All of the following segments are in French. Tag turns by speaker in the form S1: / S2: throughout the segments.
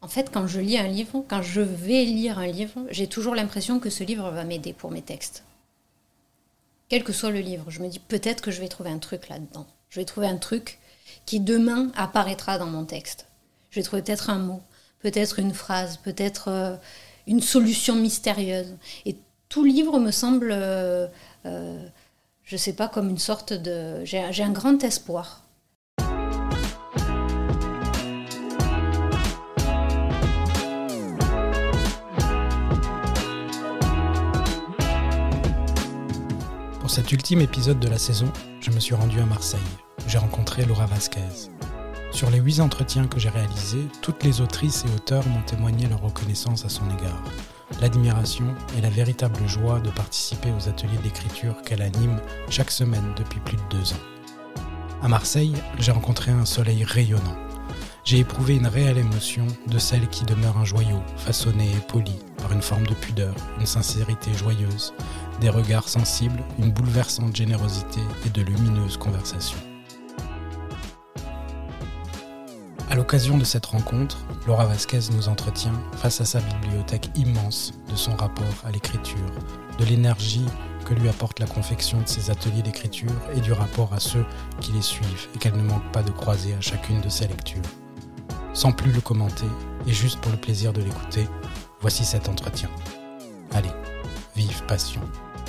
S1: En fait, quand je vais lire un livre, j'ai toujours l'impression que ce livre va m'aider pour mes textes. Quel que soit le livre, je me dis peut-être que je vais trouver un truc là-dedans. Je vais trouver un truc qui demain apparaîtra dans mon texte. Je vais trouver peut-être un mot, peut-être une phrase, peut-être une solution mystérieuse. Et tout livre me semble, je sais pas, comme une sorte de... J'ai un grand espoir.
S2: Pour cet ultime épisode de la saison, je me suis rendu à Marseille, où j'ai rencontré Laura Vasquez. Sur les 8 entretiens que j'ai réalisés, toutes les autrices et auteurs m'ont témoigné leur reconnaissance à son égard, l'admiration et la véritable joie de participer aux ateliers d'écriture qu'elle anime chaque semaine depuis plus de 2 ans. À Marseille, j'ai rencontré un soleil rayonnant. J'ai éprouvé une réelle émotion de celle qui demeure un joyau, façonné et poli par une forme de pudeur, une sincérité joyeuse, des regards sensibles, une bouleversante générosité et de lumineuses conversations. À l'occasion de cette rencontre, Laura Vasquez nous entretient face à sa bibliothèque immense de son rapport à l'écriture, de l'énergie que lui apporte la confection de ses ateliers d'écriture et du rapport à ceux qui les suivent et qu'elle ne manque pas de croiser à chacune de ses lectures. Sans plus le commenter, et juste pour le plaisir de l'écouter, voici cet entretien. Allez, vive passion.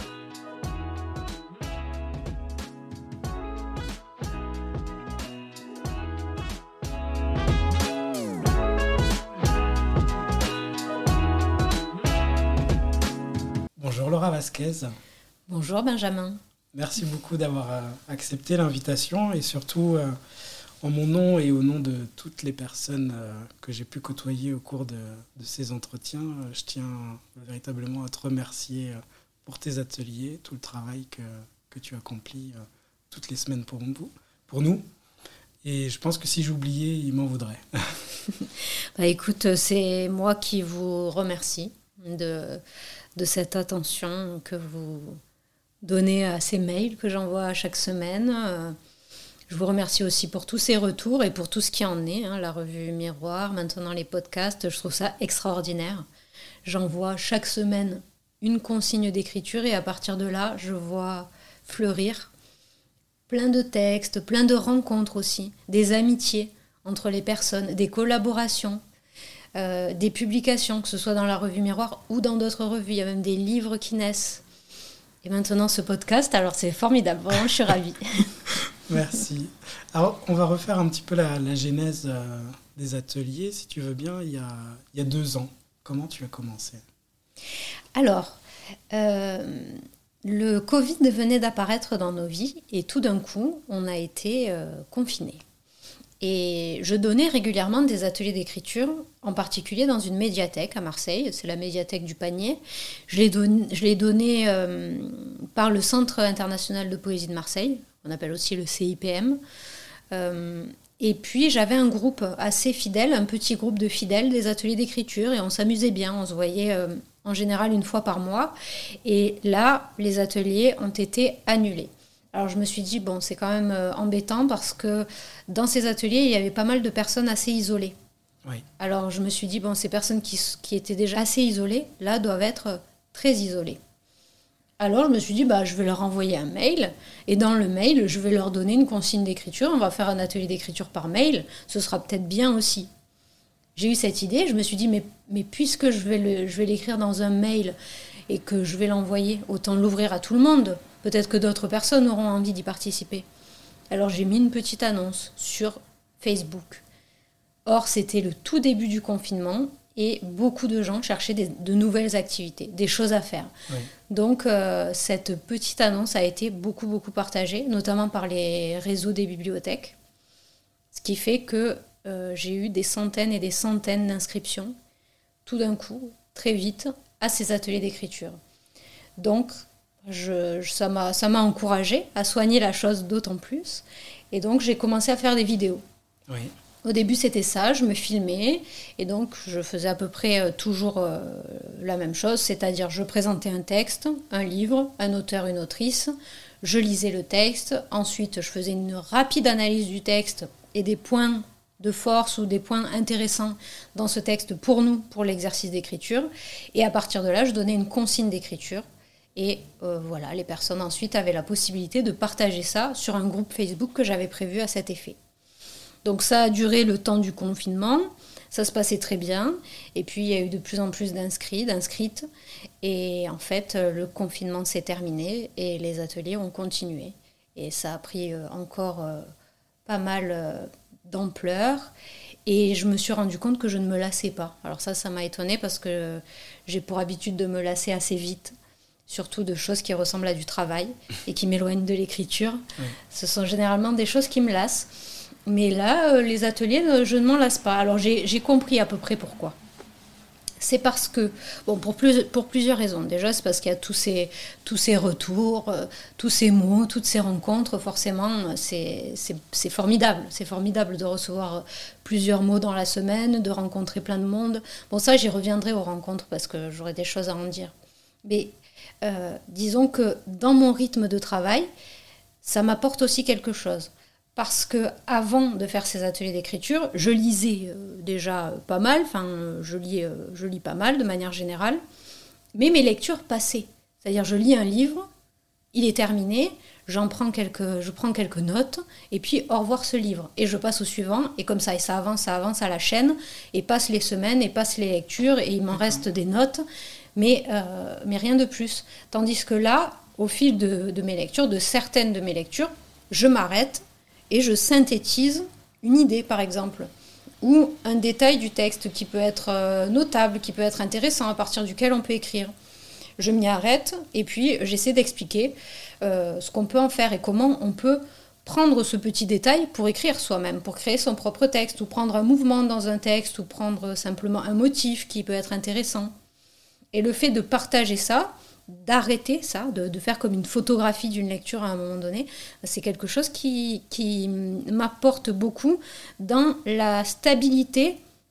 S2: Bonjour Laura Vasquez.
S1: Bonjour Benjamin.
S2: Merci beaucoup d'avoir accepté l'invitation et surtout en mon nom et au nom de toutes les personnes que j'ai pu côtoyer au cours de ces entretiens. Je tiens véritablement à te remercier pour tes ateliers, tout le travail que tu accomplis toutes les semaines pour nous. Et je pense que si j'oubliais, il m'en voudrait.
S1: Écoute, c'est moi qui vous remercie de cette attention que vous donnez à ces mails que j'envoie chaque semaine. Je vous remercie aussi pour tous ces retours et pour tout ce qui en est, la revue Miroir, maintenant les podcasts. Je trouve ça extraordinaire. J'envoie chaque semaine une consigne d'écriture et à partir de là, je vois fleurir plein de textes, plein de rencontres aussi, des amitiés entre les personnes, des collaborations, des publications, que ce soit dans la revue Miroir ou dans d'autres revues. Il y a même des livres qui naissent. Et maintenant ce podcast, alors c'est formidable, vraiment je suis ravie.
S2: Merci. Alors on va refaire un petit peu la genèse des ateliers, si tu veux bien, il y a 2 ans. Comment tu as commencé ?
S1: Alors, le Covid venait d'apparaître dans nos vies et tout d'un coup, on a été confinés. Et je donnais régulièrement des ateliers d'écriture, en particulier dans une médiathèque à Marseille, c'est la médiathèque du Panier. Je l'ai donné par le Centre international de poésie de Marseille, on appelle aussi le CIPM. Et puis j'avais un groupe assez fidèle, un petit groupe de fidèles des ateliers d'écriture, et on s'amusait bien, on se voyait en général 1 fois par mois. Et là, les ateliers ont été annulés. Alors je me suis dit, c'est quand même embêtant parce que dans ces ateliers, il y avait pas mal de personnes assez isolées.
S2: Oui.
S1: Alors je me suis dit, ces personnes qui étaient déjà assez isolées, là, doivent être très isolées. Alors je me suis dit, je vais leur envoyer un mail, et dans le mail, je vais leur donner une consigne d'écriture, on va faire un atelier d'écriture par mail, ce sera peut-être bien aussi. J'ai eu cette idée, je me suis dit, mais puisque je vais l'écrire dans un mail et que je vais l'envoyer, autant l'ouvrir à tout le monde. Peut-être que d'autres personnes auront envie d'y participer. Alors j'ai mis une petite annonce sur Facebook. Or, c'était le tout début du confinement et beaucoup de gens cherchaient de nouvelles activités, des choses à faire. Oui. Donc, cette petite annonce a été beaucoup, beaucoup partagée, notamment par les réseaux des bibliothèques. Ce qui fait que j'ai eu des centaines et des centaines d'inscriptions, tout d'un coup, très vite, à ces ateliers d'écriture. Donc, ça m'a encouragée à soigner la chose d'autant plus. Et donc, j'ai commencé à faire des vidéos.
S2: Oui.
S1: Au début, c'était ça, je me filmais. Et donc, je faisais à peu près toujours la même chose. C'est-à-dire, je présentais un texte, un livre, un auteur, une autrice. Je lisais le texte. Ensuite, je faisais une rapide analyse du texte et des points de force ou des points intéressants dans ce texte pour nous, pour l'exercice d'écriture. Et à partir de là, je donnais une consigne d'écriture. Et voilà, les personnes ensuite avaient la possibilité de partager ça sur un groupe Facebook que j'avais prévu à cet effet. Donc ça a duré le temps du confinement, ça se passait très bien. Et puis il y a eu de plus en plus d'inscrites. Et en fait, le confinement s'est terminé et les ateliers ont continué. Et ça a pris encore pas mal d'ampleur. Et je me suis rendu compte que je ne me lassais pas. Alors ça m'a étonnée parce que j'ai pour habitude de me lasser assez vite. Surtout de choses qui ressemblent à du travail et qui m'éloignent de l'écriture. Oui. Ce sont généralement des choses qui me lassent. Mais là, les ateliers, je ne m'en lasse pas. Alors j'ai compris à peu près pourquoi. C'est parce que, bon, pour plusieurs raisons. Déjà, c'est parce qu'il y a tous ces retours, tous ces mots, toutes ces rencontres. Forcément, c'est formidable. C'est formidable de recevoir plusieurs mots dans la semaine, de rencontrer plein de monde. Bon, ça, j'y reviendrai aux rencontres parce que j'aurai des choses à en dire. Mais disons que dans mon rythme de travail, ça m'apporte aussi quelque chose. Parce que avant de faire ces ateliers d'écriture, je lisais déjà pas mal, je lis pas mal de manière générale, mais mes lectures passaient. C'est-à-dire je lis un livre, il est terminé, je prends quelques notes, et puis au revoir ce livre. Et je passe au suivant, et comme ça, et ça avance à la chaîne, et passent les semaines, et passent les lectures, et il m'en reste des notes, mais rien de plus. Tandis que là, au fil de mes lectures, de certaines de mes lectures, je m'arrête, et je synthétise une idée, par exemple, ou un détail du texte qui peut être notable, qui peut être intéressant, à partir duquel on peut écrire. Je m'y arrête, et puis j'essaie d'expliquer ce qu'on peut en faire et comment on peut prendre ce petit détail pour écrire soi-même, pour créer son propre texte, ou prendre un mouvement dans un texte, ou prendre simplement un motif qui peut être intéressant. Et le fait de partager ça, d'arrêter ça, de faire comme une photographie d'une lecture à un moment donné, c'est quelque chose qui m'apporte beaucoup dans la stabilité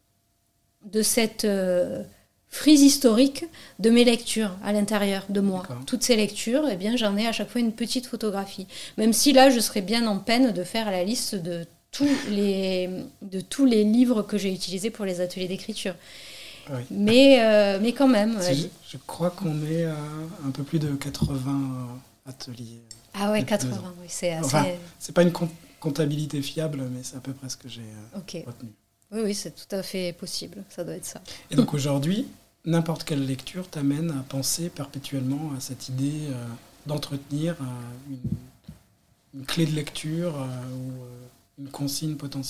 S1: de cette frise historique de mes lectures à l'intérieur de moi. D'accord. Toutes ces lectures, eh bien, j'en ai à chaque fois une petite photographie. Même si là, je serais bien en peine de faire la liste de tous les livres que j'ai utilisés pour les ateliers d'écriture. Oui. Mais quand même.
S2: Je crois qu'on est à un peu plus de 80 ateliers.
S1: Ah ouais, 80, oui, c'est assez...
S2: Enfin, c'est pas une comptabilité fiable, mais c'est à peu près ce que j'ai retenu.
S1: Oui, c'est tout à fait possible, ça doit être ça.
S2: Et donc aujourd'hui, n'importe quelle lecture t'amène à penser perpétuellement à cette idée d'entretenir une clé de lecture ou une consigne potentielle ?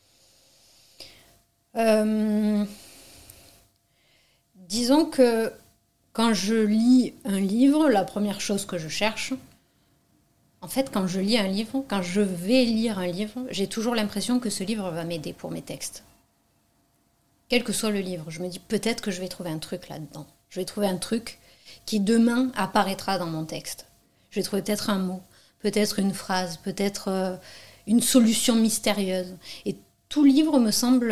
S1: Disons que quand je lis un livre, la première chose que je cherche, en fait, quand je vais lire un livre, j'ai toujours l'impression que ce livre va m'aider pour mes textes. Quel que soit le livre, je me dis peut-être que je vais trouver un truc là-dedans. Je vais trouver un truc qui demain apparaîtra dans mon texte. Je vais trouver peut-être un mot, peut-être une phrase, peut-être une solution mystérieuse. Et tout livre me semble...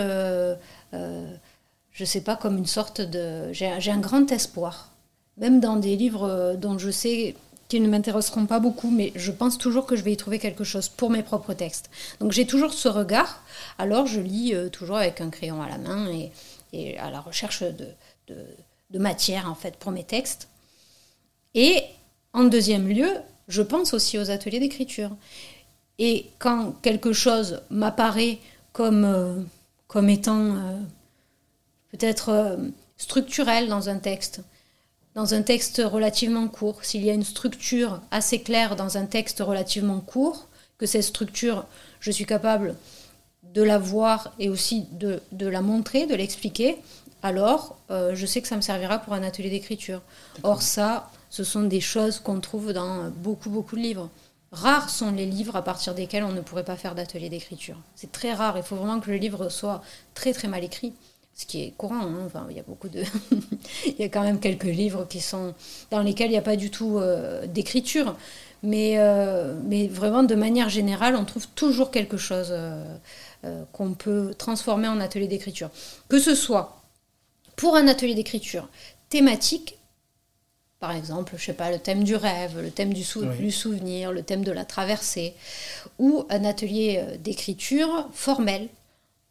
S1: je sais pas, comme une sorte de... J'ai un grand espoir. Même dans des livres dont je sais qu'ils ne m'intéresseront pas beaucoup, mais je pense toujours que je vais y trouver quelque chose pour mes propres textes. Donc j'ai toujours ce regard, alors je lis toujours avec un crayon à la main et à la recherche de matière, en fait, pour mes textes. Et en deuxième lieu, je pense aussi aux ateliers d'écriture. Et quand quelque chose m'apparaît comme étant... peut-être structurel dans un texte relativement court. S'il y a une structure assez claire dans un texte relativement court, que cette structure, je suis capable de la voir et aussi de la montrer, de l'expliquer, alors je sais que ça me servira pour un atelier d'écriture. D'accord. Or ça, ce sont des choses qu'on trouve dans beaucoup, beaucoup de livres. Rares sont les livres à partir desquels on ne pourrait pas faire d'atelier d'écriture. C'est très rare, il faut vraiment que le livre soit très, très mal écrit. Ce qui est courant, hein. Enfin, il y a beaucoup de... il y a quand même quelques livres dans lesquels il n'y a pas du tout d'écriture. Mais vraiment, de manière générale, on trouve toujours quelque chose qu'on peut transformer en atelier d'écriture. Que ce soit pour un atelier d'écriture thématique, par exemple, je sais pas, le thème du rêve, le thème du souvenir, le thème de la traversée, ou un atelier d'écriture formel,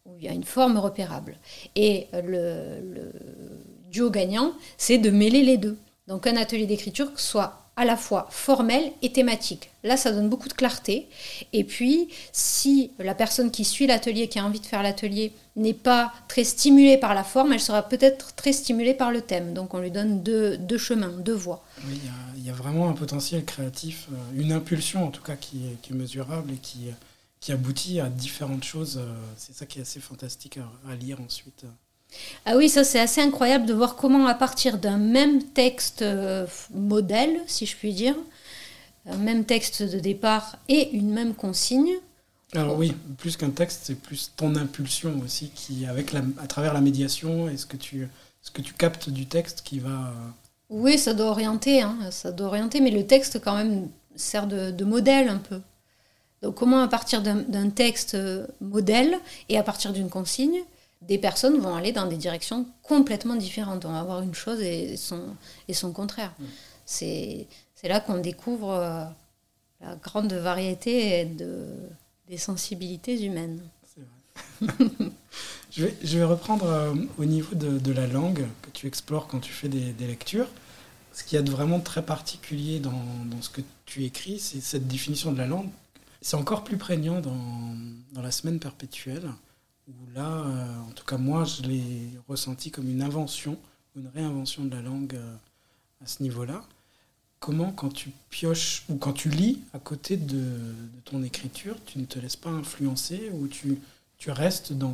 S1: où il y a une forme repérable. Et le duo gagnant, c'est de mêler les deux. Donc un atelier d'écriture soit à la fois formel et thématique. Là, ça donne beaucoup de clarté. Et puis, si la personne qui suit l'atelier, qui a envie de faire l'atelier, n'est pas très stimulée par la forme, elle sera peut-être très stimulée par le thème. Donc on lui donne deux chemins, deux voies.
S2: Oui, il y a vraiment un potentiel créatif, une impulsion en tout cas qui est mesurable et qui aboutit à différentes choses. C'est ça qui est assez fantastique à lire ensuite.
S1: Ah oui, ça c'est assez incroyable de voir comment à partir d'un même texte modèle, si je puis dire, un même texte de départ et une même consigne.
S2: Alors oui, plus qu'un texte, c'est plus ton impulsion aussi, qui à travers la médiation et ce que tu captes du texte qui va...
S1: Oui, ça doit orienter, mais le texte quand même sert de modèle un peu. Donc comment à partir d'un texte modèle et à partir d'une consigne, des personnes vont aller dans des directions complètement différentes. On va avoir une chose et son contraire. C'est là qu'on découvre la grande variété des sensibilités humaines.
S2: C'est vrai. Je vais reprendre au niveau de la langue que tu explores quand tu fais des lectures. Ce qu'il y a de vraiment très particulier dans ce que tu écris, c'est cette définition de la langue. C'est encore plus prégnant dans La Semaine perpétuelle, où là, en tout cas moi, je l'ai ressenti comme une invention, une réinvention de la langue à ce niveau-là. Comment, quand tu pioches ou quand tu lis à côté de ton écriture, tu ne te laisses pas influencer ou tu restes dans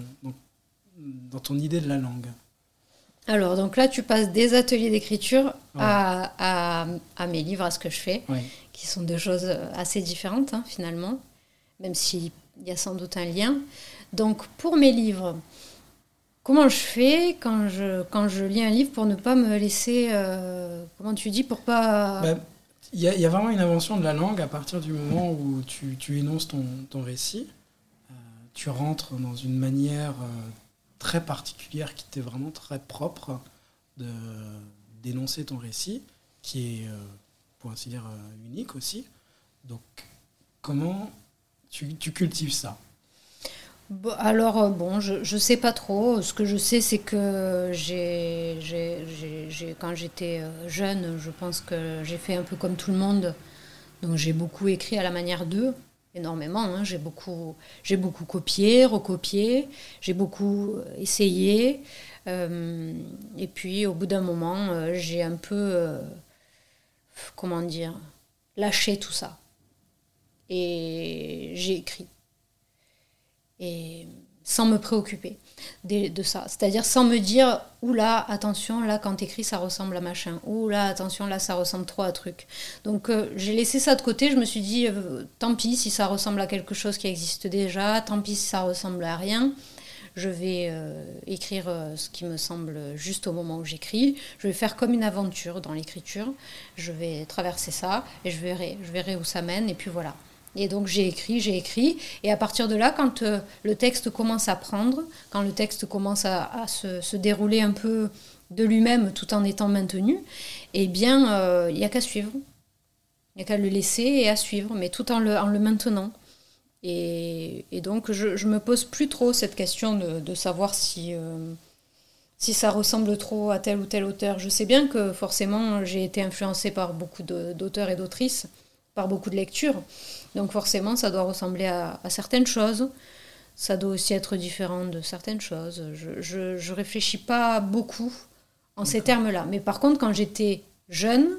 S2: ton idée de la langue?
S1: Alors, donc là, tu passes des ateliers d'écriture à mes livres, à ce que je fais, qui sont deux choses assez différentes, finalement, même s'il y a sans doute un lien. Donc, pour mes livres, comment je fais quand je lis un livre pour ne pas me laisser... comment tu dis, pour pas...
S2: Il y a vraiment une invention de la langue à partir du moment où tu énonces ton récit. Tu rentres dans une manière très particulière qui t'est vraiment très propre d'énoncer ton récit, qui est, pour ainsi dire, unique aussi. Donc, comment tu cultives ça?
S1: Alors, je sais pas trop. Ce que je sais, c'est que quand j'étais jeune, je pense que j'ai fait un peu comme tout le monde. Donc, j'ai beaucoup écrit à la manière d'eux. Énormément, j'ai beaucoup copié, recopié, j'ai beaucoup essayé, et puis au bout d'un moment, j'ai un peu, lâché tout ça, et j'ai écrit, et sans me préoccuper de ça, c'est-à-dire sans me dire « Oula, attention, là quand t'écris ça ressemble à machin » « Oula, attention, là ça ressemble trop à truc ». Donc j'ai laissé ça de côté, je me suis dit « Tant pis si ça ressemble à quelque chose qui existe déjà, tant pis si ça ressemble à rien, je vais écrire ce qui me semble juste au moment où j'écris, je vais faire comme une aventure dans l'écriture, je vais traverser ça et je verrai où ça mène et puis voilà ». Et donc j'ai écrit, et à partir de là, quand le texte commence à prendre, quand le texte commence à se dérouler un peu de lui-même tout en étant maintenu, eh bien, il n'y a qu'à suivre. Il n'y a qu'à le laisser et à suivre, mais tout en le maintenant. Et donc je ne me pose plus trop cette question de savoir si ça ressemble trop à tel ou tel auteur. Je sais bien que forcément j'ai été influencée par beaucoup d'auteurs et d'autrices, par beaucoup de lectures. Donc forcément, ça doit ressembler à certaines choses. Ça doit aussi être différent de certaines choses. Je réfléchis pas beaucoup en ces termes-là. Mais par contre, quand j'étais jeune,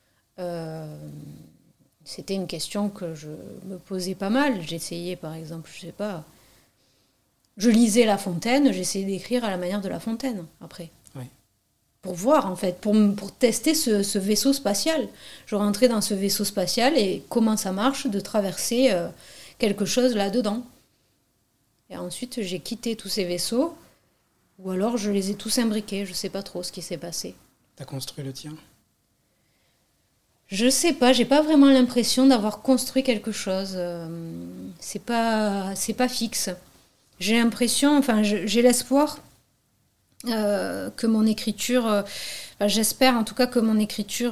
S1: c'était une question que je me posais pas mal. J'essayais, par exemple, je sais pas, je lisais La Fontaine, j'essayais d'écrire à la manière de La Fontaine, après.
S2: Oui.
S1: Pour voir, en fait, pour tester ce vaisseau spatial. Je rentrais dans ce vaisseau spatial et comment ça marche de traverser quelque chose là-dedans. Et ensuite, j'ai quitté tous ces vaisseaux, ou alors je les ai tous imbriqués. Je ne sais pas trop ce qui s'est passé.
S2: Tu as construit le tien?
S1: Je sais pas, j'ai pas vraiment l'impression d'avoir construit quelque chose. C'est pas fixe. J'ai l'impression, j'ai l'espoir... que mon écriture, j'espère en tout cas que mon écriture,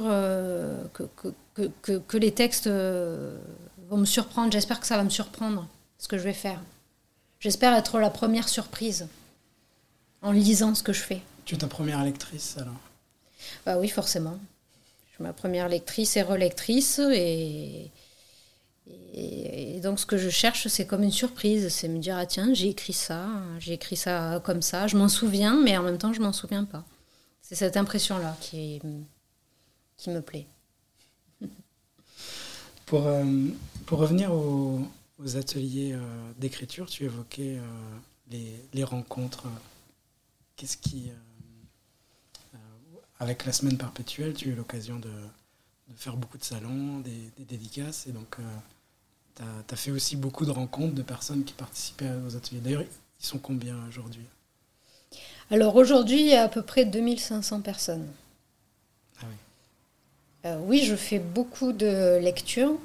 S1: que les textes vont me surprendre, j'espère que ça va me surprendre, ce que je vais faire. J'espère être la première surprise en lisant ce que je fais.
S2: Tu es ta première lectrice alors?
S1: Bah oui, forcément. Je suis ma première lectrice et relectrice et donc ce que je cherche, c'est comme une surprise. C'est me dire, ah tiens, j'ai écrit ça comme ça. Je m'en souviens, mais en même temps, je m'en souviens pas. C'est cette impression-là qui me plaît.
S2: Pour revenir aux ateliers d'écriture, tu évoquais les rencontres. Qu'est-ce qui... avec la semaine perpétuelle, tu as eu l'occasion de faire beaucoup de salons, des dédicaces, et donc tu as fait aussi beaucoup de rencontres de personnes qui participaient aux ateliers. D'ailleurs, ils sont combien aujourd'hui?
S1: Alors aujourd'hui, il y a à peu près 2500 personnes.
S2: Ah oui.
S1: Oui, je fais beaucoup de lectures,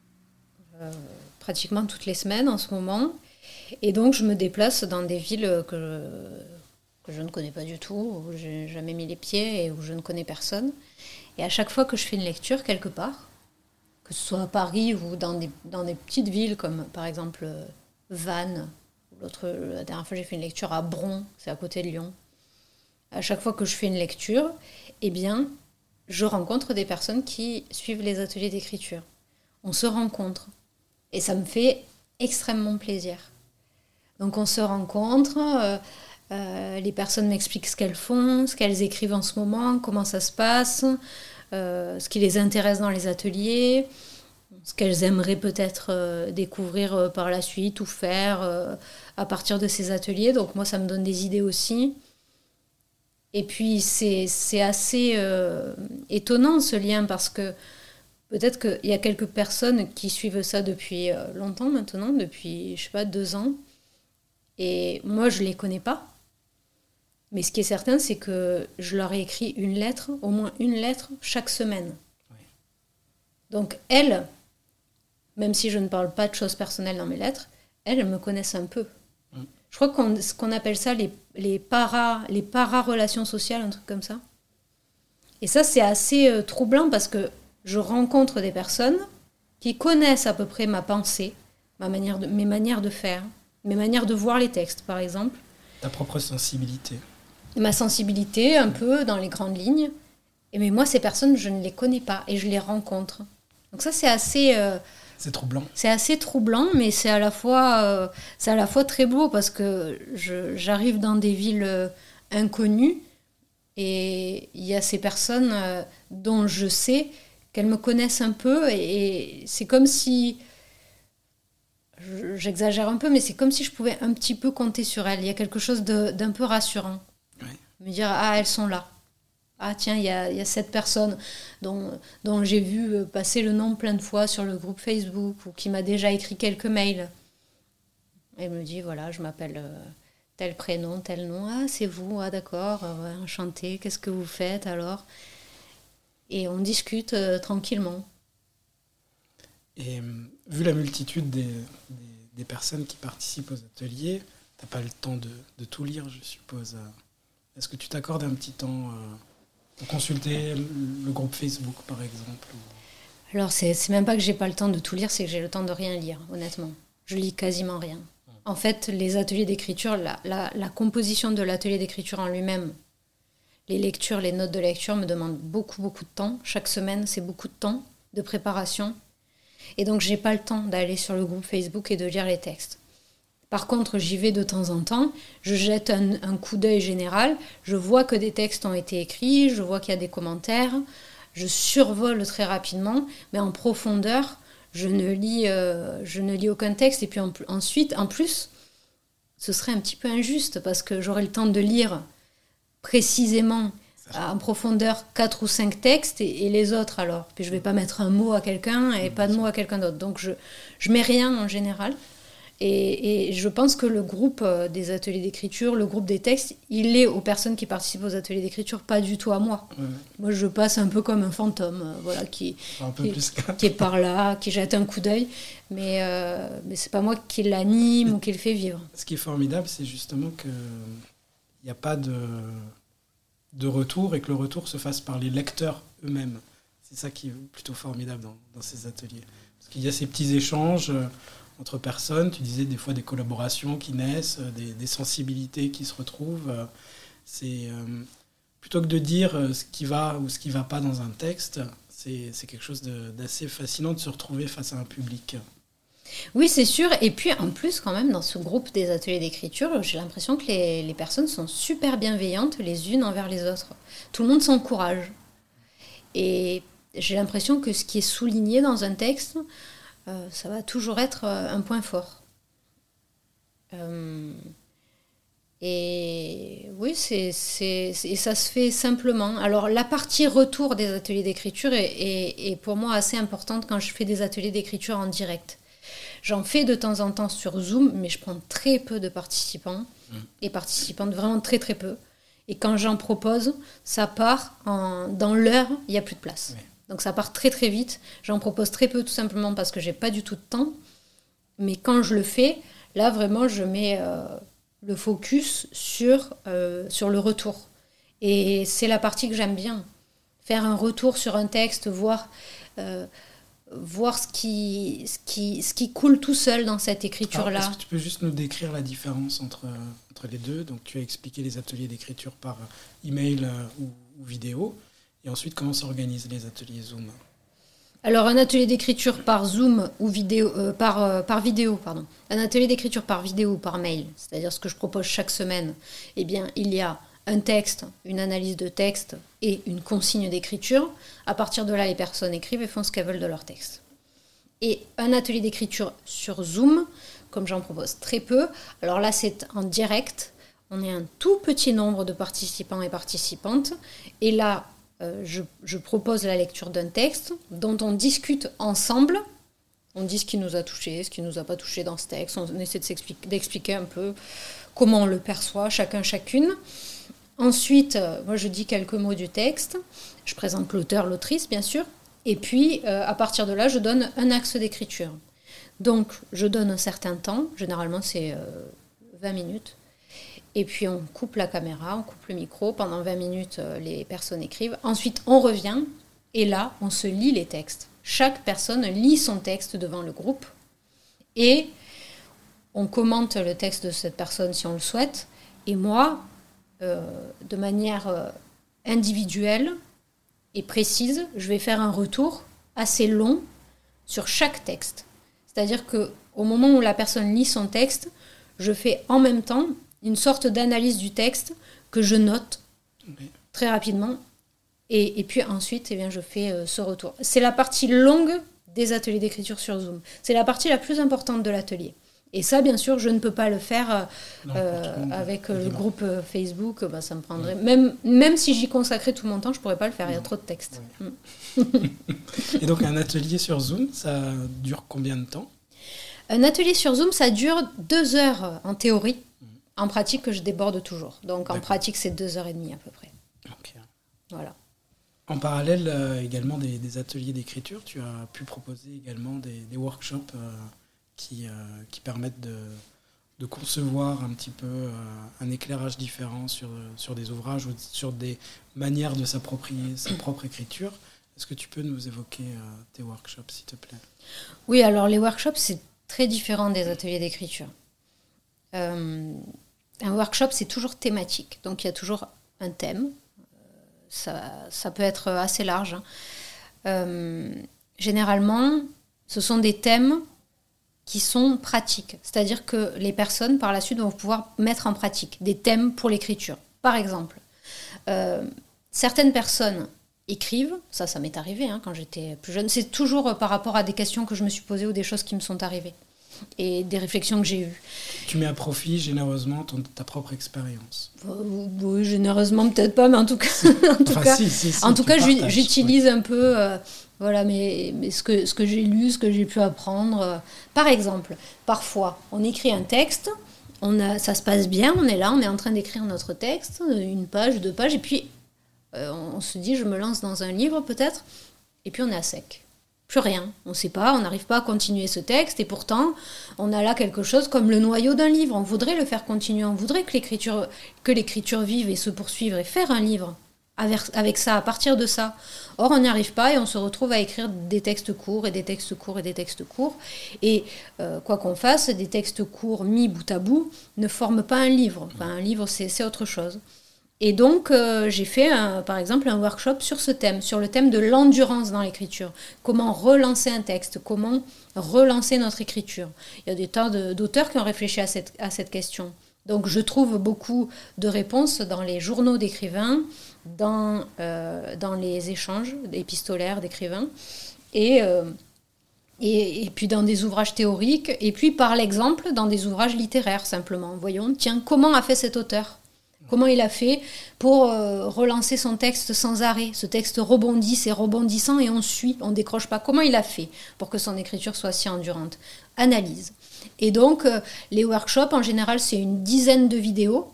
S1: pratiquement toutes les semaines en ce moment. Et donc, je me déplace dans des villes que je ne connais pas du tout, où je n'ai jamais mis les pieds et où je ne connais personne. Et à chaque fois que je fais une lecture quelque part, que ce soit à Paris ou dans des petites villes comme par exemple Vannes, la dernière fois j'ai fait une lecture à Bron, c'est à côté de Lyon. À chaque fois que je fais une lecture, eh bien, je rencontre des personnes qui suivent les ateliers d'écriture. On se rencontre. Et ça me fait extrêmement plaisir. Donc on se rencontre, les personnes m'expliquent ce qu'elles font, ce qu'elles écrivent en ce moment, comment ça se passe, ce qui les intéresse dans les ateliers, ce qu'elles aimeraient peut-être découvrir par la suite ou faire à partir de ces ateliers. Donc moi, ça me donne des idées aussi. Et puis, c'est assez étonnant, ce lien, parce que peut-être qu'il y a quelques personnes qui suivent ça depuis longtemps maintenant, depuis, 2 ans. Et moi, je ne les connais pas. Mais ce qui est certain, c'est que je leur ai écrit une lettre, au moins une lettre, chaque semaine. Oui. Donc, elles, même si je ne parle pas de choses personnelles dans mes lettres, elles me connaissent un peu. Je crois qu'on appelle ça les para-relations sociales, un truc comme ça. Et ça, c'est assez troublant parce que je rencontre des personnes qui connaissent à peu près ma pensée, mes manières de faire, mes manières de voir les textes, par exemple.
S2: Ta propre sensibilité.
S1: Ma sensibilité, un peu, dans les grandes lignes. Mais moi, ces personnes, je ne les connais pas et je les rencontre. Donc ça, c'est assez...
S2: c'est troublant.
S1: C'est assez troublant, mais c'est à la fois très beau parce que j'arrive dans des villes inconnues et il y a ces personnes dont je sais qu'elles me connaissent un peu et c'est comme si... J'exagère un peu, mais c'est comme si je pouvais un petit peu compter sur elles. Il y a quelque chose d'un peu rassurant. Oui. Me dire, ah, elles sont là. Ah tiens, il y a cette personne dont j'ai vu passer le nom plein de fois sur le groupe Facebook ou qui m'a déjà écrit quelques mails. Elle me dit, voilà, je m'appelle tel prénom, tel nom. Ah, c'est vous, ah d'accord, enchanté, qu'est-ce que vous faites alors? Et on discute tranquillement.
S2: Et vu la multitude des personnes qui participent aux ateliers, tu n'as pas le temps de tout lire, je suppose. Est-ce que tu t'accordes un petit temps pour consulter le groupe Facebook, par exemple?
S1: Alors, c'est même pas que j'ai pas le temps de tout lire, c'est que j'ai le temps de rien lire, honnêtement. Je lis quasiment rien. En fait, les ateliers d'écriture, la composition de l'atelier d'écriture en lui-même, les lectures, les notes de lecture me demandent beaucoup, beaucoup de temps. Chaque semaine, c'est beaucoup de temps de préparation. Et donc, j'ai pas le temps d'aller sur le groupe Facebook et de lire les textes. Par contre, j'y vais de temps en temps, je jette un coup d'œil général, je vois que des textes ont été écrits, je vois qu'il y a des commentaires, je survole très rapidement, mais en profondeur, je ne lis aucun texte. Et puis ensuite, en plus, ce serait un petit peu injuste parce que j'aurais le temps de lire précisément en profondeur 4 ou 5 textes et les autres alors. Puis je ne vais pas mettre un mot à quelqu'un et pas de mot à quelqu'un d'autre. Donc je mets rien en général. Et je pense que le groupe des ateliers d'écriture, le groupe des textes, il est aux personnes qui participent aux ateliers d'écriture, pas du tout à moi. Ouais. Moi, je passe un peu comme un fantôme, qui est par là, qui jette un coup d'œil, mais c'est pas moi qui l'anime ou qui le fait vivre.
S2: Ce qui est formidable, c'est justement qu'il n'y a pas de retour et que le retour se fasse par les lecteurs eux-mêmes. C'est ça qui est plutôt formidable dans ces ateliers. Parce qu'il y a ces petits échanges entre personnes. Tu disais des fois des collaborations qui naissent, des sensibilités qui se retrouvent. C'est plutôt que de dire ce qui va ou ce qui ne va pas dans un texte, c'est quelque chose d'assez fascinant de se retrouver face à un public.
S1: Oui, c'est sûr. Et puis, en plus, quand même, dans ce groupe des ateliers d'écriture, j'ai l'impression que les personnes sont super bienveillantes les unes envers les autres. Tout le monde s'encourage. Et j'ai l'impression que ce qui est souligné dans un texte, ça va toujours être un point fort. Et oui, et ça se fait simplement. Alors, la partie retour des ateliers d'écriture est pour moi assez importante quand je fais des ateliers d'écriture en direct. J'en fais de temps en temps sur Zoom, mais je prends très peu de participants et participantes, vraiment très très peu. Et quand j'en propose, ça part dans l'heure, il n'y a plus de place. Oui. Donc ça part très très vite. J'en propose très peu tout simplement parce que je n'ai pas du tout de temps. Mais quand je le fais, là vraiment je mets le focus sur le retour. Et c'est la partie que j'aime bien. Faire un retour sur un texte, voir ce qui coule tout seul dans cette écriture-là.
S2: Alors, est-ce que tu peux juste nous décrire la différence entre les deux ? Donc, tu as expliqué les ateliers d'écriture par email ou vidéo. Et ensuite, comment s'organisent les ateliers Zoom ?
S1: Alors, un atelier d'écriture par Zoom ou vidéo, par vidéo, pardon. Un atelier d'écriture par vidéo ou par mail, c'est-à-dire ce que je propose chaque semaine, eh bien, il y a un texte, une analyse de texte et une consigne d'écriture. À partir de là, les personnes écrivent et font ce qu'elles veulent de leur texte. Et un atelier d'écriture sur Zoom, comme j'en propose très peu, alors là, c'est en direct. On est un tout petit nombre de participants et participantes. Et là, je propose la lecture d'un texte dont on discute ensemble. On dit ce qui nous a touché, ce qui ne nous a pas touché dans ce texte. On essaie d'expliquer un peu comment on le perçoit, chacune. Ensuite, moi je dis quelques mots du texte, je présente l'auteur, l'autrice bien sûr, et puis à partir de là, je donne un axe d'écriture. Donc je donne un certain temps, généralement c'est 20 minutes, et puis on coupe la caméra, on coupe le micro, pendant 20 minutes les personnes écrivent, ensuite on revient, et là on se lit les textes. Chaque personne lit son texte devant le groupe, et on commente le texte de cette personne si on le souhaite, et moi, de manière individuelle et précise, je vais faire un retour assez long sur chaque texte. C'est-à-dire qu'au moment où la personne lit son texte, je fais en même temps une sorte d'analyse du texte que je note très rapidement. Et puis ensuite, eh bien, je fais ce retour. C'est la partie longue des ateliers d'écriture sur Zoom. C'est la partie la plus importante de l'atelier. Et ça, bien sûr, je ne peux pas le faire avec le groupe Facebook. Ça me prendrait... Même si j'y consacrais tout mon temps, je ne pourrais pas le faire. Il y a trop de textes.
S2: Ouais. Et donc, un atelier sur Zoom, ça dure combien de temps ?
S1: Un atelier sur Zoom, ça dure 2 heures en théorie. En pratique, je déborde toujours. Donc, en pratique, c'est 2h30 à peu près.
S2: Ok.
S1: Voilà.
S2: En parallèle, également des ateliers d'écriture, tu as pu proposer également des workshops qui permettent de concevoir un petit peu un éclairage différent sur des ouvrages ou sur des manières de s'approprier sa propre écriture. Est-ce que tu peux nous évoquer tes workshops, s'il te plaît ?
S1: Oui, alors les workshops, c'est très différent des ateliers d'écriture. Un workshop, c'est toujours thématique. Donc, il y a toujours un thème. Ça peut être assez large. Généralement, ce sont des thèmes qui sont pratiques. C'est-à-dire que les personnes, par la suite, vont pouvoir mettre en pratique des thèmes pour l'écriture. Par exemple, certaines personnes écrivent, ça m'est arrivé quand j'étais plus jeune, c'est toujours par rapport à des questions que je me suis posées ou des choses qui me sont arrivées et des réflexions que j'ai eues.
S2: Tu mets à profit généreusement ta propre expérience.
S1: Oui, généreusement peut-être pas, mais en tout cas, j'utilise un peu... mais ce que j'ai lu, ce que j'ai pu apprendre. Par exemple, parfois, on écrit un texte, ça se passe bien, on est là, on est en train d'écrire notre texte, 1 page, 2 pages, et puis on se dit, je me lance dans un livre peut-être, et puis on est à sec. Plus rien, on ne sait pas, on n'arrive pas à continuer ce texte, et pourtant, on a là quelque chose comme le noyau d'un livre. On voudrait le faire continuer, on voudrait que l'écriture vive et se poursuive et faire un livre. avec ça, à partir de ça. Or, on n'y arrive pas et on se retrouve à écrire des textes courts et des textes courts et des textes courts. Et quoi qu'on fasse, des textes courts mis bout à bout ne forment pas un livre. Enfin, un livre, c'est autre chose. Et donc, j'ai fait, par exemple, un workshop sur ce thème, sur le thème de l'endurance dans l'écriture. Comment relancer un texte, comment relancer notre écriture. Il y a des tas d'auteurs qui ont réfléchi à cette question. Donc, je trouve beaucoup de réponses dans les journaux d'écrivains, dans les échanges épistolaires d'écrivains, et puis dans des ouvrages théoriques, et puis par l'exemple dans des ouvrages littéraires, simplement. Voyons, tiens, comment a fait cet auteur ? Comment il a fait pour relancer son texte sans arrêt ? Ce texte rebondit, c'est rebondissant et on suit, on ne décroche pas. Comment il a fait pour que son écriture soit si endurante ? Analyse. Et donc, les workshops, en général, c'est une dizaine de vidéos.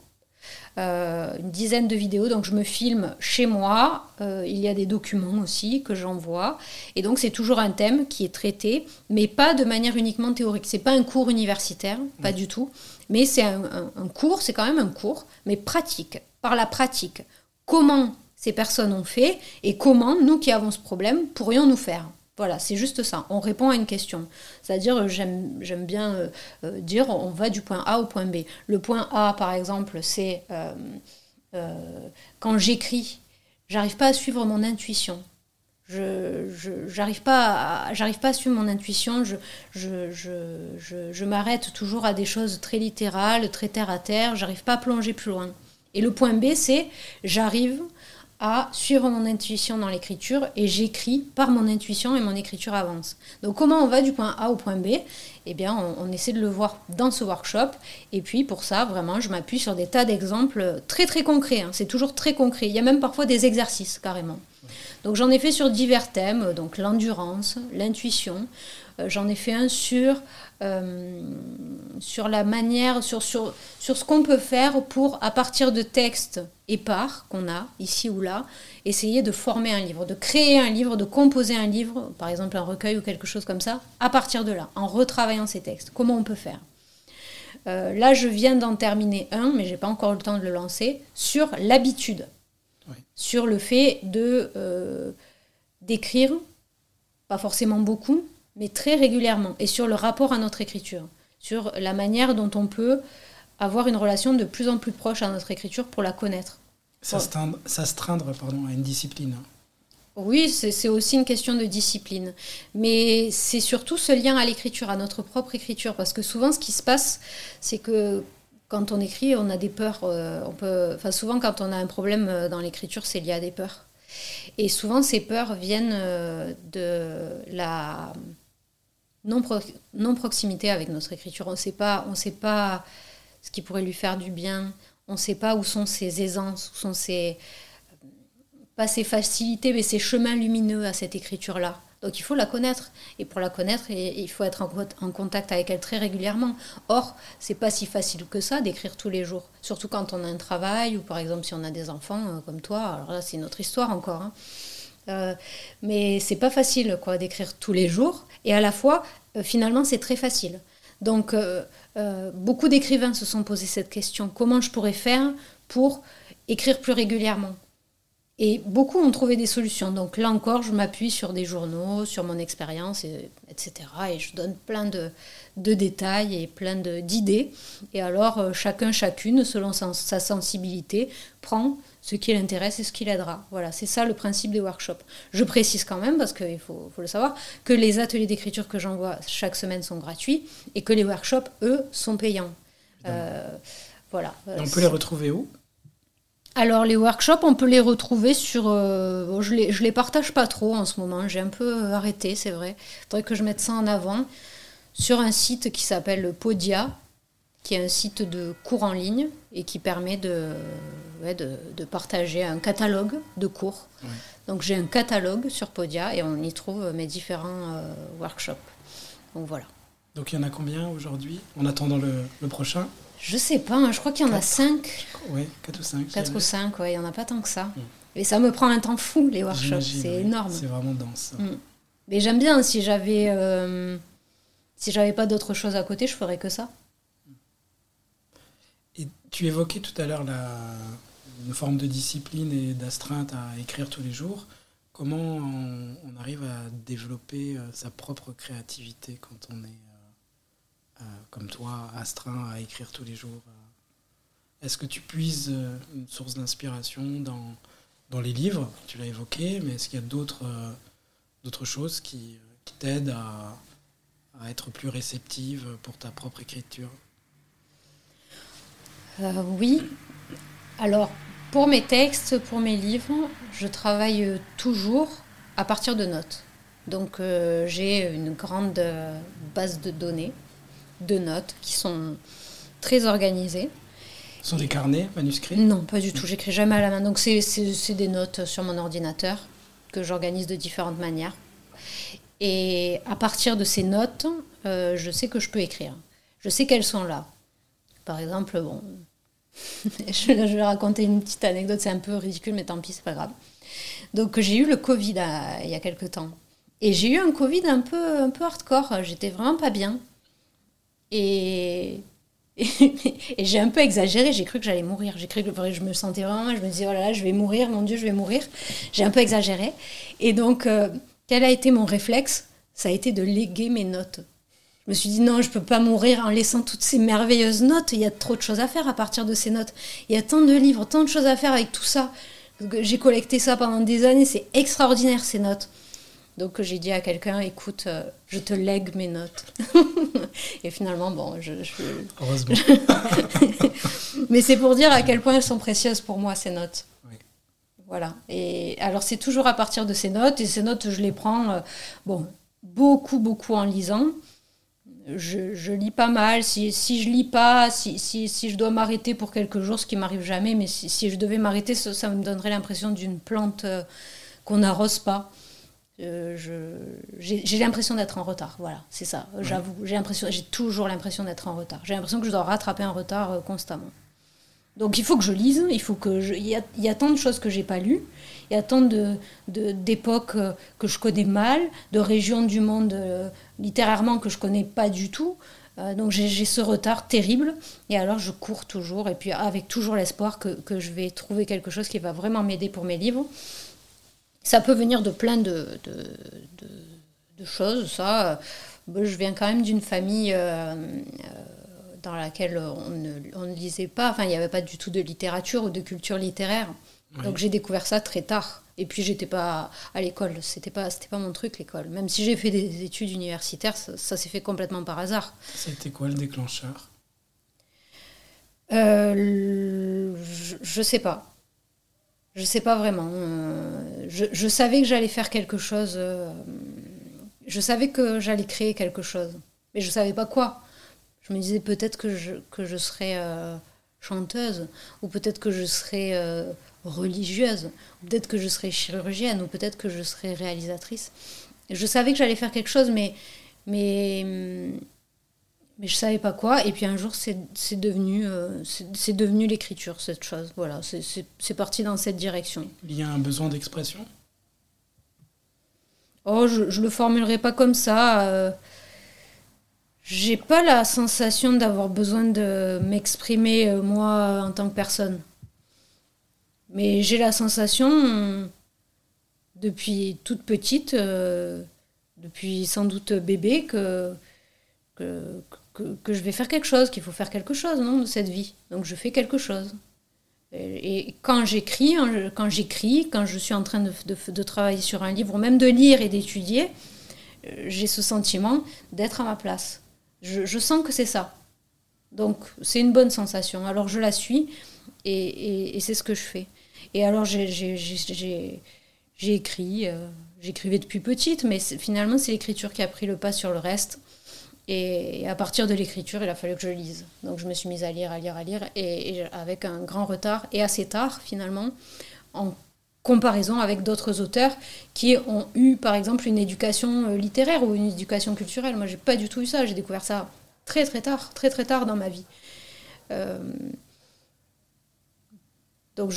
S1: Donc je me filme chez moi. Il y a des documents aussi que j'envoie. Et donc, c'est toujours un thème qui est traité, mais pas de manière uniquement théorique. Ce n'est pas un cours universitaire, pas du tout. Mais c'est un cours, c'est quand même un cours, mais pratique, par la pratique. Comment ces personnes ont fait et comment, nous qui avons ce problème, pourrions-nous faire ? Voilà, c'est juste ça. On répond à une question. C'est-à-dire, j'aime bien dire, on va du point A au point B. Le point A, par exemple, c'est quand j'écris, j'arrive pas à suivre mon intuition. J'arrive pas à suivre mon intuition. Je m'arrête toujours à des choses très littérales, très terre à terre. J'arrive pas à plonger plus loin. Et le point B, c'est j'arrive à suivre mon intuition dans l'écriture et j'écris par mon intuition et mon écriture avance. Donc comment on va du point A au point B ? Eh bien, on essaie de le voir dans ce workshop. Et puis pour ça, vraiment, je m'appuie sur des tas d'exemples très très concrets. C'est toujours très concret. Il y a même parfois des exercices carrément. Donc j'en ai fait sur divers thèmes, donc l'endurance, l'intuition. J'en ai fait un sur la manière, sur ce qu'on peut faire pour, à partir de textes épars qu'on a, ici ou là, essayer de former un livre, de créer un livre, de composer un livre, par exemple un recueil ou quelque chose comme ça, à partir de là, en retravaillant ces textes. Comment on peut faire ? Là, je viens d'en terminer un, mais je n'ai pas encore le temps de le lancer, sur l'habitude. Oui. Sur le fait d'écrire, pas forcément beaucoup, mais très régulièrement, et sur le rapport à notre écriture, sur la manière dont on peut avoir une relation de plus en plus proche à notre écriture pour la connaître.
S2: S'astreindre à une discipline.
S1: Oui, c'est aussi une question de discipline, mais c'est surtout ce lien à l'écriture, à notre propre écriture, parce que souvent ce qui se passe, c'est que quand on écrit, on a des peurs. Souvent quand on a un problème dans l'écriture, c'est lié à des peurs. Et souvent ces peurs viennent de la non-proximité avec notre écriture. On ne sait pas ce qui pourrait lui faire du bien. On ne sait pas où sont ses aisances, où sont pas ses facilités, mais ses chemins lumineux à cette écriture-là. Donc il faut la connaître. Et pour la connaître, il faut être en contact avec elle très régulièrement. Or, c'est pas si facile que ça d'écrire tous les jours. Surtout quand on a un travail, ou par exemple si on a des enfants comme toi. Alors là, c'est une autre histoire encore. Mais c'est pas facile d'écrire tous les jours. Et à la fois, finalement, c'est très facile. Donc, beaucoup d'écrivains se sont posé cette question. Comment je pourrais faire pour écrire plus régulièrement ? Et beaucoup ont trouvé des solutions. Donc là encore, je m'appuie sur des journaux, sur mon expérience, etc. Et je donne plein de détails et plein d'idées. Et alors, chacune, selon sa sensibilité, prend ce qui l'intéresse et ce qui l'aidera. Voilà, c'est ça le principe des workshops. Je précise quand même, parce qu'il faut le savoir, que les ateliers d'écriture que j'envoie chaque semaine sont gratuits et que les workshops, eux, sont payants. Voilà.
S2: Et on peut les retrouver où ?
S1: Alors, les workshops, on peut les retrouver sur... je les partage pas trop en ce moment. J'ai un peu arrêté, c'est vrai. Il faudrait que je mette ça en avant. Sur un site qui s'appelle Podia, qui est un site de cours en ligne et qui permet de partager un catalogue de cours. Ouais. Donc, j'ai un catalogue sur Podia et on y trouve mes différents workshops. Donc, voilà.
S2: Donc, il y en a combien aujourd'hui, en attendant le prochain ?
S1: Je sais pas, je crois qu'il y en a 5.
S2: Oui, 4 ou 5.
S1: 4 ou 5, il n'y en a pas tant que ça. Et ça me prend un temps fou, les workshops, c'est énorme.
S2: C'est vraiment dense.
S1: Mais j'aime bien, si j'avais pas d'autre chose à côté, je ferais que ça.
S2: Et tu évoquais tout à l'heure une forme de discipline et d'astreinte à écrire tous les jours. Comment on arrive à développer sa propre créativité quand on est, comme toi, astreint à écrire tous les jours? Est-ce que tu puises une source d'inspiration dans les livres? Tu l'as évoqué, mais est-ce qu'il y a d'autres choses qui t'aident à être plus réceptive pour ta propre écriture?
S1: Oui. Alors, pour mes textes, pour mes livres, je travaille toujours à partir de notes. Donc, j'ai une grande base de données, de notes, qui sont très organisées.
S2: Ce sont des carnets, manuscrits?
S1: Non, pas du tout. J'écris jamais à la main. Donc, c'est des notes sur mon ordinateur que j'organise de différentes manières. Et à partir de ces notes, je sais que je peux écrire. Je sais qu'elles sont là. Par exemple, bon, je vais raconter une petite anecdote, c'est un peu ridicule, mais tant pis, c'est pas grave. Donc j'ai eu le Covid il y a quelques temps. Et j'ai eu un Covid un peu hardcore, j'étais vraiment pas bien. Et j'ai un peu exagéré, j'ai cru que j'allais mourir. J'ai cru que je me sentais vraiment, je me disais, oh là là, je vais mourir, mon Dieu, je vais mourir. J'ai un peu exagéré. Et donc, quel a été mon réflexe? Ça a été de léguer mes notes. Je me suis dit, non, je ne peux pas mourir en laissant toutes ces merveilleuses notes. Il y a trop de choses à faire à partir de ces notes. Il y a tant de livres, tant de choses à faire avec tout ça. J'ai collecté ça pendant des années. C'est extraordinaire, ces notes. Donc, j'ai dit à quelqu'un, écoute, je te lègue mes notes. Et finalement, bon,
S2: Heureusement.
S1: Mais c'est pour dire à quel point elles sont précieuses pour moi, ces notes.
S2: Oui.
S1: Voilà. Et alors, c'est toujours à partir de ces notes. Et ces notes, je les prends, beaucoup en lisant. Je lis pas mal. Si je lis pas, si je dois m'arrêter pour quelques jours, ce qui m'arrive jamais, mais si je devais m'arrêter, ça me donnerait l'impression d'une plante qu'on n'arrose pas. J'ai l'impression d'être en retard. Voilà, c'est ça. Ouais. J'avoue, j'ai toujours l'impression d'être en retard. J'ai l'impression que je dois rattraper un retard constamment. Donc il faut que je lise. Il y a tant de choses que j'ai pas lues. Il y a tant d'époques que je connais mal, de régions du monde littérairement que je connais pas du tout. Donc j'ai ce retard terrible. Et alors je cours toujours, et puis avec toujours l'espoir que je vais trouver quelque chose qui va vraiment m'aider pour mes livres. Ça peut venir de plein de choses. Ça, je viens quand même d'une famille dans laquelle on ne lisait pas. Enfin, il n'y avait pas du tout de littérature ou de culture littéraire. Oui. Donc j'ai découvert ça très tard. Et puis j'étais pas à l'école, c'était pas mon truc, l'école. Même si j'ai fait des études universitaires, ça s'est fait complètement par hasard.
S2: C'était quoi le déclencheur?
S1: Je sais pas. Je sais pas vraiment. Je savais que j'allais faire quelque chose. Je savais que j'allais créer quelque chose, mais je savais pas quoi. Je me disais peut-être que je serais chanteuse, ou peut-être que je serais religieuse, ou peut-être que je serais chirurgienne, ou peut-être que je serais réalisatrice. Je savais que j'allais faire quelque chose, mais je savais pas quoi. Et puis un jour, c'est devenu l'écriture, cette chose. Voilà, c'est parti dans cette direction.
S2: Il y a un besoin d'expression?
S1: Oh, je le formulerai pas comme ça. J'ai pas la sensation d'avoir besoin de m'exprimer, moi, en tant que personne. Mais j'ai la sensation, depuis toute petite, depuis sans doute bébé, que je vais faire quelque chose, qu'il faut faire quelque chose, non, de cette vie. Donc je fais quelque chose. Et quand j'écris, quand je suis en train de travailler sur un livre, ou même de lire et d'étudier, j'ai ce sentiment d'être à ma place. Je sens que c'est ça. Donc c'est une bonne sensation. Alors je la suis et c'est ce que je fais. Et alors j'ai écrit, j'écrivais depuis petite, mais finalement c'est l'écriture qui a pris le pas sur le reste. Et à partir de l'écriture, il a fallu que je lise. Donc je me suis mise à lire, et avec un grand retard, et assez tard finalement, en comparaison avec d'autres auteurs qui ont eu par exemple une éducation littéraire ou une éducation culturelle. Moi j'ai pas du tout eu ça, j'ai découvert ça très tard dans ma vie. Donc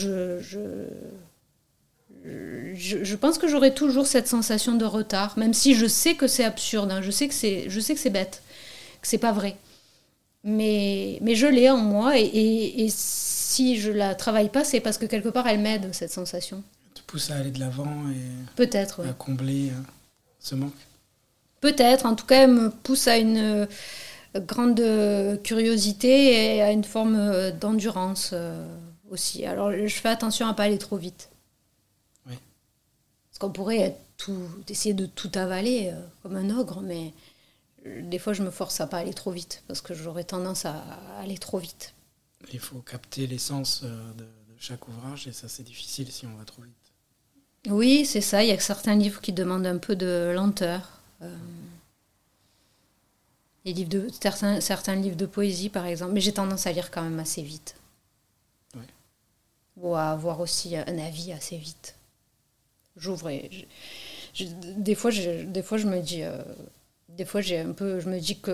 S1: je pense que j'aurai toujours cette sensation de retard, même si je sais que c'est absurde, hein, je sais que c'est bête, que c'est pas vrai. Mais je l'ai en moi et si je la travaille pas, c'est parce que quelque part elle m'aide, cette sensation.
S2: Elle te pousse à aller de l'avant et
S1: peut-être,
S2: à combler ce manque.
S1: Peut-être, en tout cas, elle me pousse à une grande curiosité et à une forme d'endurance aussi. Alors je fais attention à pas aller trop vite.
S2: Oui.
S1: Parce qu'on pourrait essayer de tout avaler comme un ogre, mais des fois je me force à pas aller trop vite parce que j'aurais tendance à aller trop vite.
S2: Il faut capter l'essence de chaque ouvrage et ça c'est difficile si on va trop vite.
S1: Oui, c'est ça. Il y a certains livres qui demandent un peu de lenteur. Certains livres de poésie, par exemple. Mais j'ai tendance à lire quand même assez vite.
S2: Ouais.
S1: Ou à avoir aussi un avis assez vite. J'ouvre et... Des fois, je me dis... je me dis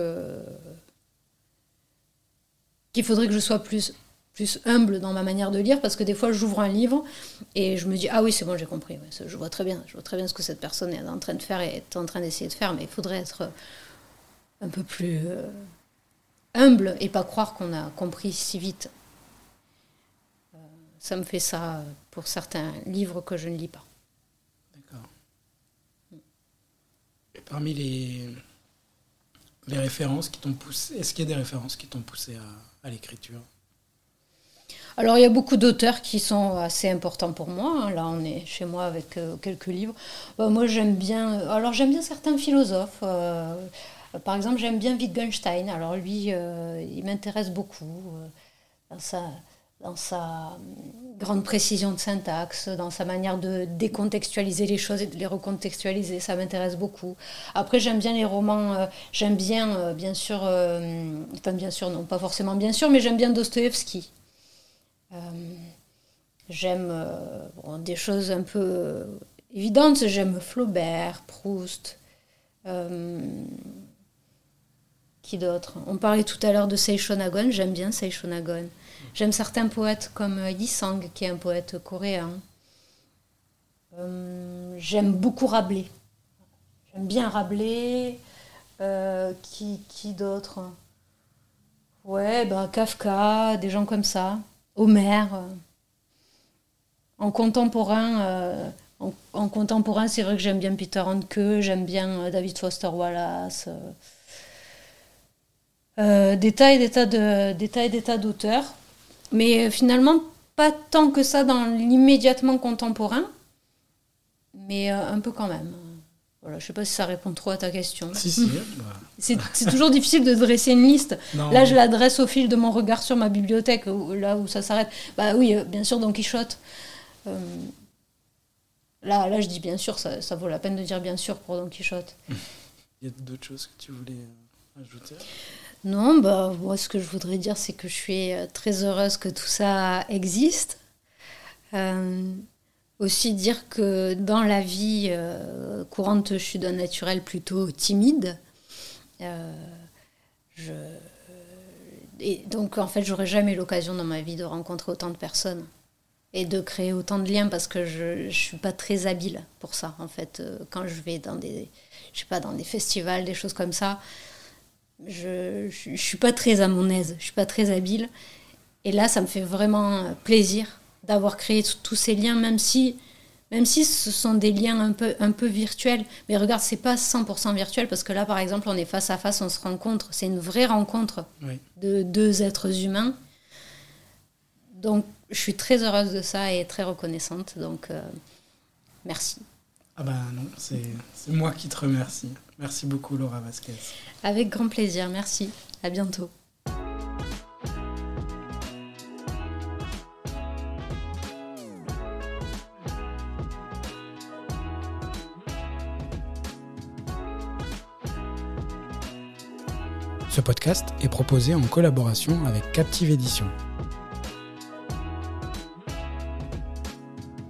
S1: qu'il faudrait que je sois plus humble dans ma manière de lire, parce que des fois j'ouvre un livre et je me dis ah oui c'est bon, j'ai compris, ouais, je vois très bien ce que cette personne est en train de faire et est en train d'essayer de faire, mais il faudrait être un peu plus humble et pas croire qu'on a compris si vite. Ça me fait ça pour certains livres que je ne lis pas.
S2: D'accord. Et parmi les références qui t'ont poussé, est-ce qu'il y a des références qui t'ont poussé à l'écriture ?
S1: Alors, il y a beaucoup d'auteurs qui sont assez importants pour moi. Là, on est chez moi avec quelques livres. Moi, j'aime bien certains philosophes. Par exemple, j'aime bien Wittgenstein. Alors, lui, il m'intéresse beaucoup dans sa grande précision de syntaxe, dans sa manière de décontextualiser les choses et de les recontextualiser. Ça m'intéresse beaucoup. Après, j'aime bien les romans. J'aime bien, bien sûr... bien sûr, non, pas forcément bien sûr, mais j'aime bien Dostoïevski. J'aime des choses un peu évidentes. J'aime Flaubert, Proust. Qui d'autre ? On parlait tout à l'heure de Seishonagon. J'aime bien Seishonagon. J'aime certains poètes comme Yi Sang, qui est un poète coréen. J'aime beaucoup Rabelais. J'aime bien Rabelais. Qui d'autre ? Ouais, Kafka, des gens comme ça. Homère. En contemporain, c'est vrai que j'aime bien Peter Handke, j'aime bien David Foster Wallace. Des tas et des tas d'auteurs. Mais finalement, pas tant que ça dans l'immédiatement contemporain, mais un peu quand même. Voilà, je ne sais pas si ça répond trop à ta question.
S2: Si.
S1: C'est toujours difficile de dresser une liste.
S2: Non.
S1: Là, je la dresse au fil de mon regard sur ma bibliothèque, là où ça s'arrête. Oui, bien sûr, Don Quichotte. Là, je dis bien sûr, ça vaut la peine de dire bien sûr pour Don Quichotte.
S2: Il y a d'autres choses que tu voulais ajouter ?
S1: Non, moi, ce que je voudrais dire, c'est que je suis très heureuse que tout ça existe. Aussi dire que dans la vie courante, je suis d'un naturel plutôt timide. Et donc, en fait, j'aurais jamais l'occasion dans ma vie de rencontrer autant de personnes et de créer autant de liens parce que je suis pas très habile pour ça. En fait, quand je vais dans des festivals, des choses comme ça, je suis pas très à mon aise, je suis pas très habile. Et là, ça me fait vraiment plaisir d'avoir créé tous ces liens, même si ce sont des liens un peu virtuels. Mais regarde, c'est pas 100% virtuel, parce que là, par exemple, on est face à face, on se rencontre. C'est une vraie rencontre de deux êtres humains. Donc, je suis très heureuse de ça et très reconnaissante. Donc, merci.
S2: Ah non, c'est moi qui te remercie. Merci beaucoup, Laura Vasquez.
S1: Avec grand plaisir, merci. À bientôt.
S2: Ce podcast est proposé en collaboration avec Captive Édition.